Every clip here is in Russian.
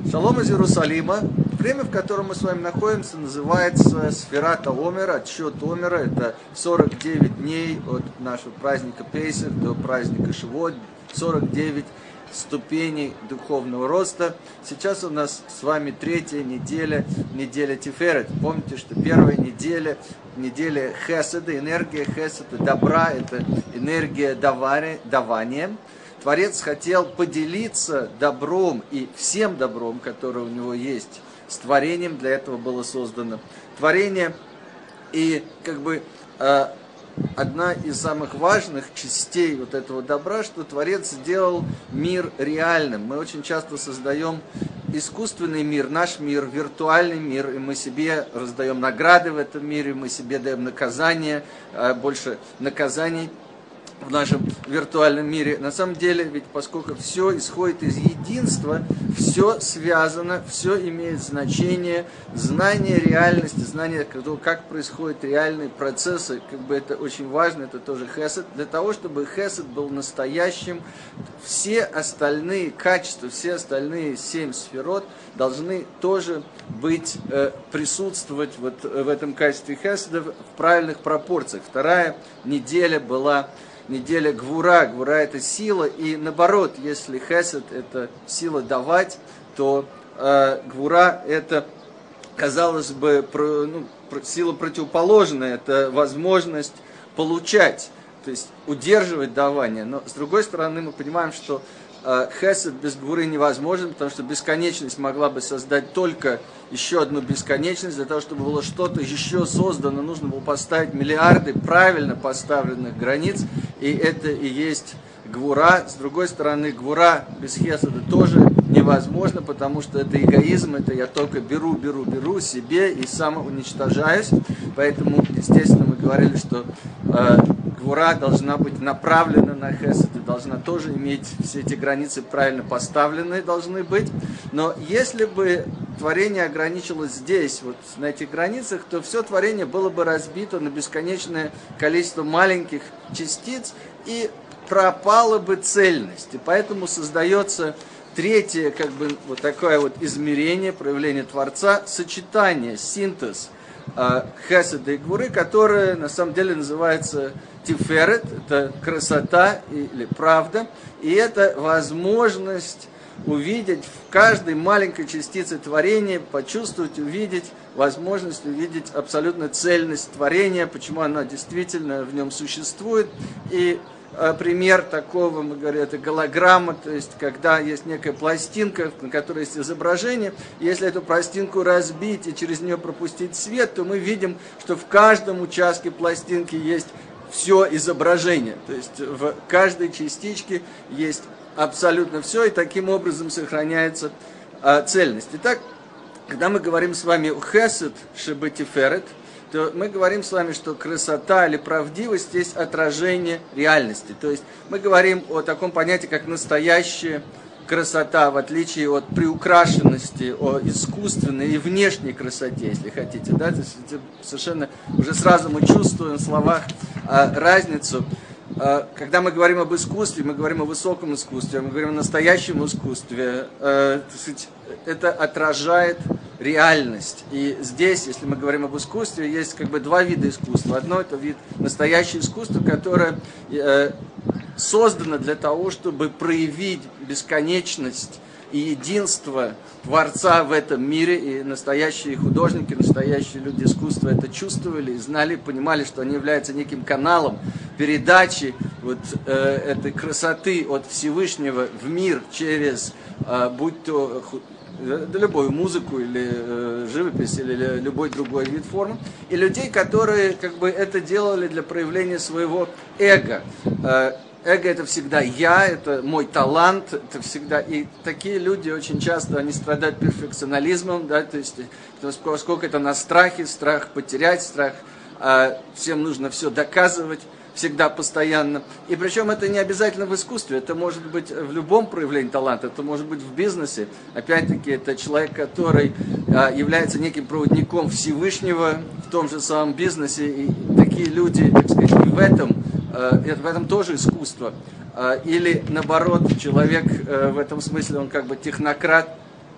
Шалом из Иерусалима. Время, в котором мы с вами находимся, называется Сферат Омер, отсчет Омера. Это 49 дней от нашего праздника Пейсах до праздника Шивот, 49 ступеней духовного роста. Сейчас у нас с вами третья неделя, неделя Тиферет. Помните, что первая неделя Хеседа, энергия Хеседа, добра, это энергия давания. Творец хотел поделиться добром и всем добром, которое у него есть, с творением. Для этого было создано творение. И одна из самых важных частей вот этого добра, что Творец сделал мир реальным. Мы очень часто создаем искусственный мир, наш мир, виртуальный мир, и мы себе раздаем награды в этом мире, мы себе даем наказания, больше наказаний в нашем виртуальном мире. На самом деле, ведь поскольку все исходит из единства, все связано, все имеет значение, знание реальности, знание, как происходят реальные процессы, это очень важно, это тоже хесед. Для того, чтобы хесед был настоящим, все остальные качества, все остальные 7 сферот должны тоже присутствовать в этом качестве хеседа в правильных пропорциях. Вторая неделя была неделя Гвура. Гвура – это сила, и наоборот, если хесед – это сила давать, то Гвура – это, казалось бы, сила противоположная, это возможность получать, то есть удерживать давание. Но с другой стороны, мы понимаем, что хесед без Гвуры невозможен, потому что бесконечность могла бы создать только еще одну бесконечность. Для того, чтобы было что-то еще создано, нужно было поставить миллиарды правильно поставленных границ, и это и есть Гвура. С другой стороны, Гвура без хеседа тоже невозможно, потому что это эгоизм, это я только беру себе и самоуничтожаюсь. Поэтому, естественно, мы говорили, что Гвура должна быть направлена на хесед, и должна тоже иметь все эти границы правильно поставленные должны быть. Но если бы творение ограничилось здесь, вот на этих границах, то все творение было бы разбито на бесконечное количество маленьких частиц, и пропала бы цельность. И поэтому создается третье, вот такое вот измерение, проявление Творца, сочетание, синтез хеседа и гвуры, которое на самом деле называется тиферет, это красота или правда, и это возможность увидеть в каждой маленькой частице творения, почувствовать, увидеть, возможность увидеть абсолютно цельность творения, почему она действительно в нем существует. И пример такого, мы говорим, это голограмма, то есть когда есть некая пластинка, на которой есть изображение, если эту пластинку разбить и через нее пропустить свет, то мы видим, что в каждом участке пластинки есть все изображение, то есть в каждой частичке есть абсолютно все, и таким образом сохраняется цельность. Итак, когда мы говорим с вами о хесед шебетиферет, то мы говорим с вами, что красота или правдивость есть отражение реальности. То есть мы говорим о таком понятии, как настоящая красота, в отличие от приукрашенности, о искусственной и внешней красоте, если хотите. Да? То есть совершенно уже сразу мы чувствуем в словах разницу. Когда мы говорим об искусстве, мы говорим о высоком искусстве, мы говорим о настоящем искусстве, это отражает реальность. И здесь, если мы говорим об искусстве, есть два вида искусства. Одно – это вид настоящего искусства, которое создано для того, чтобы проявить бесконечность и единство Творца в этом мире, и настоящие художники, настоящие люди искусства это чувствовали, и знали, понимали, что они являются неким каналом передачи этой красоты от Всевышнего в мир через, будь то любую музыку или живопись, или любой другой вид формы, и людей, которые это делали для проявления своего эго. Эго это всегда я, это мой талант, это всегда. И такие люди очень часто они страдают перфекционализмом, да, то есть поскольку это на страхе, страх потерять, страх, всем нужно все доказывать, всегда, постоянно. И причем это не обязательно в искусстве, это может быть в любом проявлении таланта, это может быть в бизнесе. Опять-таки, это человек, который является неким проводником Всевышнего в том же самом бизнесе. И такие люди, так сказать, и в этом тоже искусство. Или наоборот, человек в этом смысле, он технократ,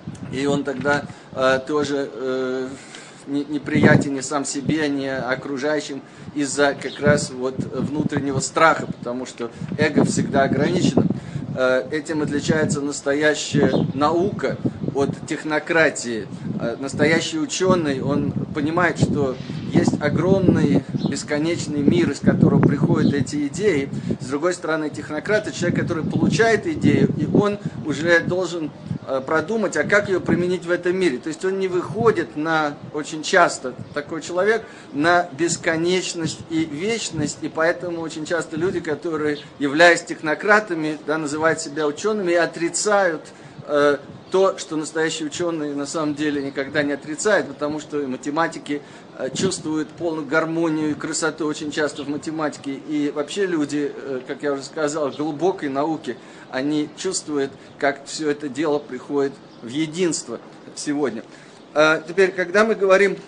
и он тогда тоже неприятен ни сам себе, ни окружающим из-за как раз вот внутреннего страха, потому что эго всегда ограничено. Этим отличается настоящая наука от технократии. Настоящий ученый, он понимает, что есть огромный бесконечный мир, из которого приходят эти идеи. С другой стороны, технократ – это человек, который получает идею, и он уже должен продумать, а как ее применить в этом мире. То есть он не выходит на, очень часто такой человек, на бесконечность и вечность, и поэтому очень часто люди, которые, являясь технократами, да, называют себя учеными и отрицают то, что настоящий ученый на самом деле никогда не отрицает, потому что математики чувствуют полную гармонию и красоту очень часто в математике. И вообще люди, как я уже сказал, в глубокой науке, они чувствуют, как все это дело приходит в единство сегодня. Теперь, когда мы говорим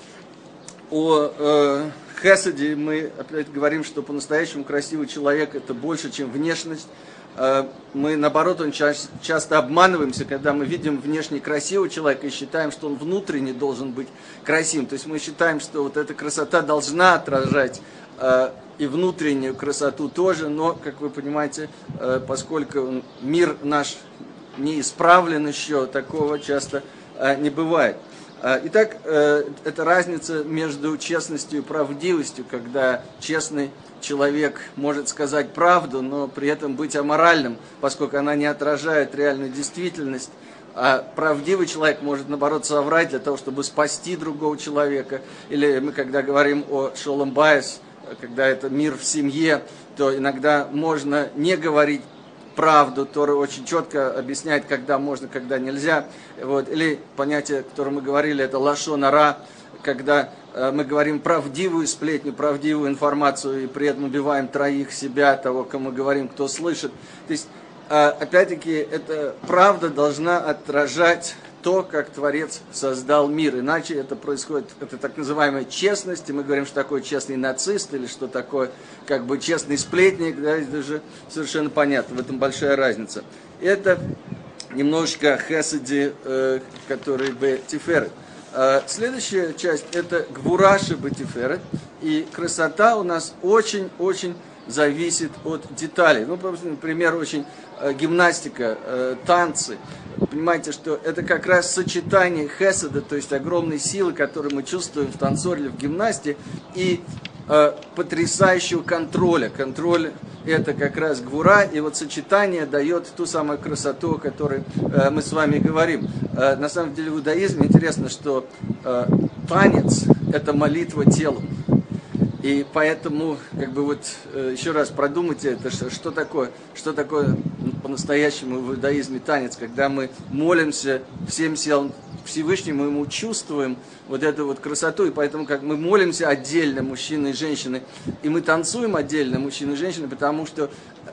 о хеседе, мы опять говорим, что по-настоящему красивый человек – это больше, чем внешность. Мы, наоборот, очень часто обманываемся, когда мы видим внешне красивого человека и считаем, что он внутренне должен быть красивым. То есть мы считаем, что вот эта красота должна отражать и внутреннюю красоту тоже, но, как вы понимаете, поскольку мир наш не исправлен еще, такого часто не бывает. Итак, это разница между честностью и правдивостью, когда честный человек может сказать правду, но при этом быть аморальным, поскольку она не отражает реальную действительность. А правдивый человек может, наоборот, соврать для того, чтобы спасти другого человека. Или мы, когда говорим о шолом байс, когда это мир в семье, то иногда можно не говорить правду. Тора очень четко объясняет, когда можно, когда нельзя. Вот. Или понятие, о котором мы говорили, это лашон ара, когда мы говорим правдивую сплетню, правдивую информацию, и при этом убиваем троих, себя, того, кому мы говорим, кто слышит. То есть, опять-таки, эта правда должна отражать то, как Творец создал мир. Иначе это происходит, это так называемая честность, и мы говорим, что такое честный нацист, или что такое как бы честный сплетник, да, это же совершенно понятно, в этом большая разница. Это немножечко о хеседе, который бы тиферет. Следующая часть – это гвура шебе тиферет, и красота у нас очень-очень зависит от деталей. Ну, например, очень гимнастика, танцы. Понимаете, что это как раз сочетание хеседа, то есть огромной силы, которую мы чувствуем в танцоре или в гимнасте, и потрясающего контроля. Контроль – это как раз гвура, и вот сочетание дает ту самую красоту, о которой мы с вами говорим. На самом деле в иудаизме интересно, что танец – это молитва телу. И поэтому, как бы вот, еще раз продумайте это, что такое по-настоящему в иудаизме танец, когда мы молимся всем силам Всевышнему, мы ему чувствуем вот эту вот красоту, и поэтому как мы молимся отдельно, мужчины и женщины, и мы танцуем отдельно, мужчины и женщины, потому что,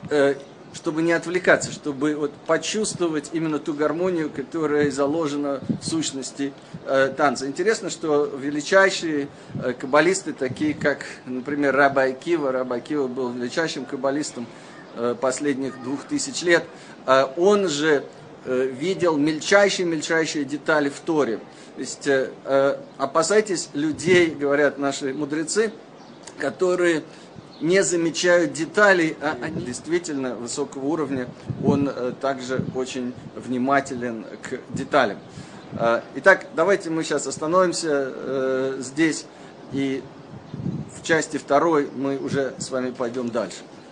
чтобы не отвлекаться, чтобы вот почувствовать именно ту гармонию, которая заложена в сущности танца. Интересно, что величайшие каббалисты, такие как, например, Раби Акива был величайшим каббалистом последних 2000 лет, он же видел мельчайшие детали в Торе. То есть опасайтесь людей, говорят наши мудрецы, которые не замечают деталей, а они действительно высокого уровня, он также очень внимателен к деталям. Итак, давайте мы сейчас остановимся здесь, и в части второй мы уже с вами пойдем дальше.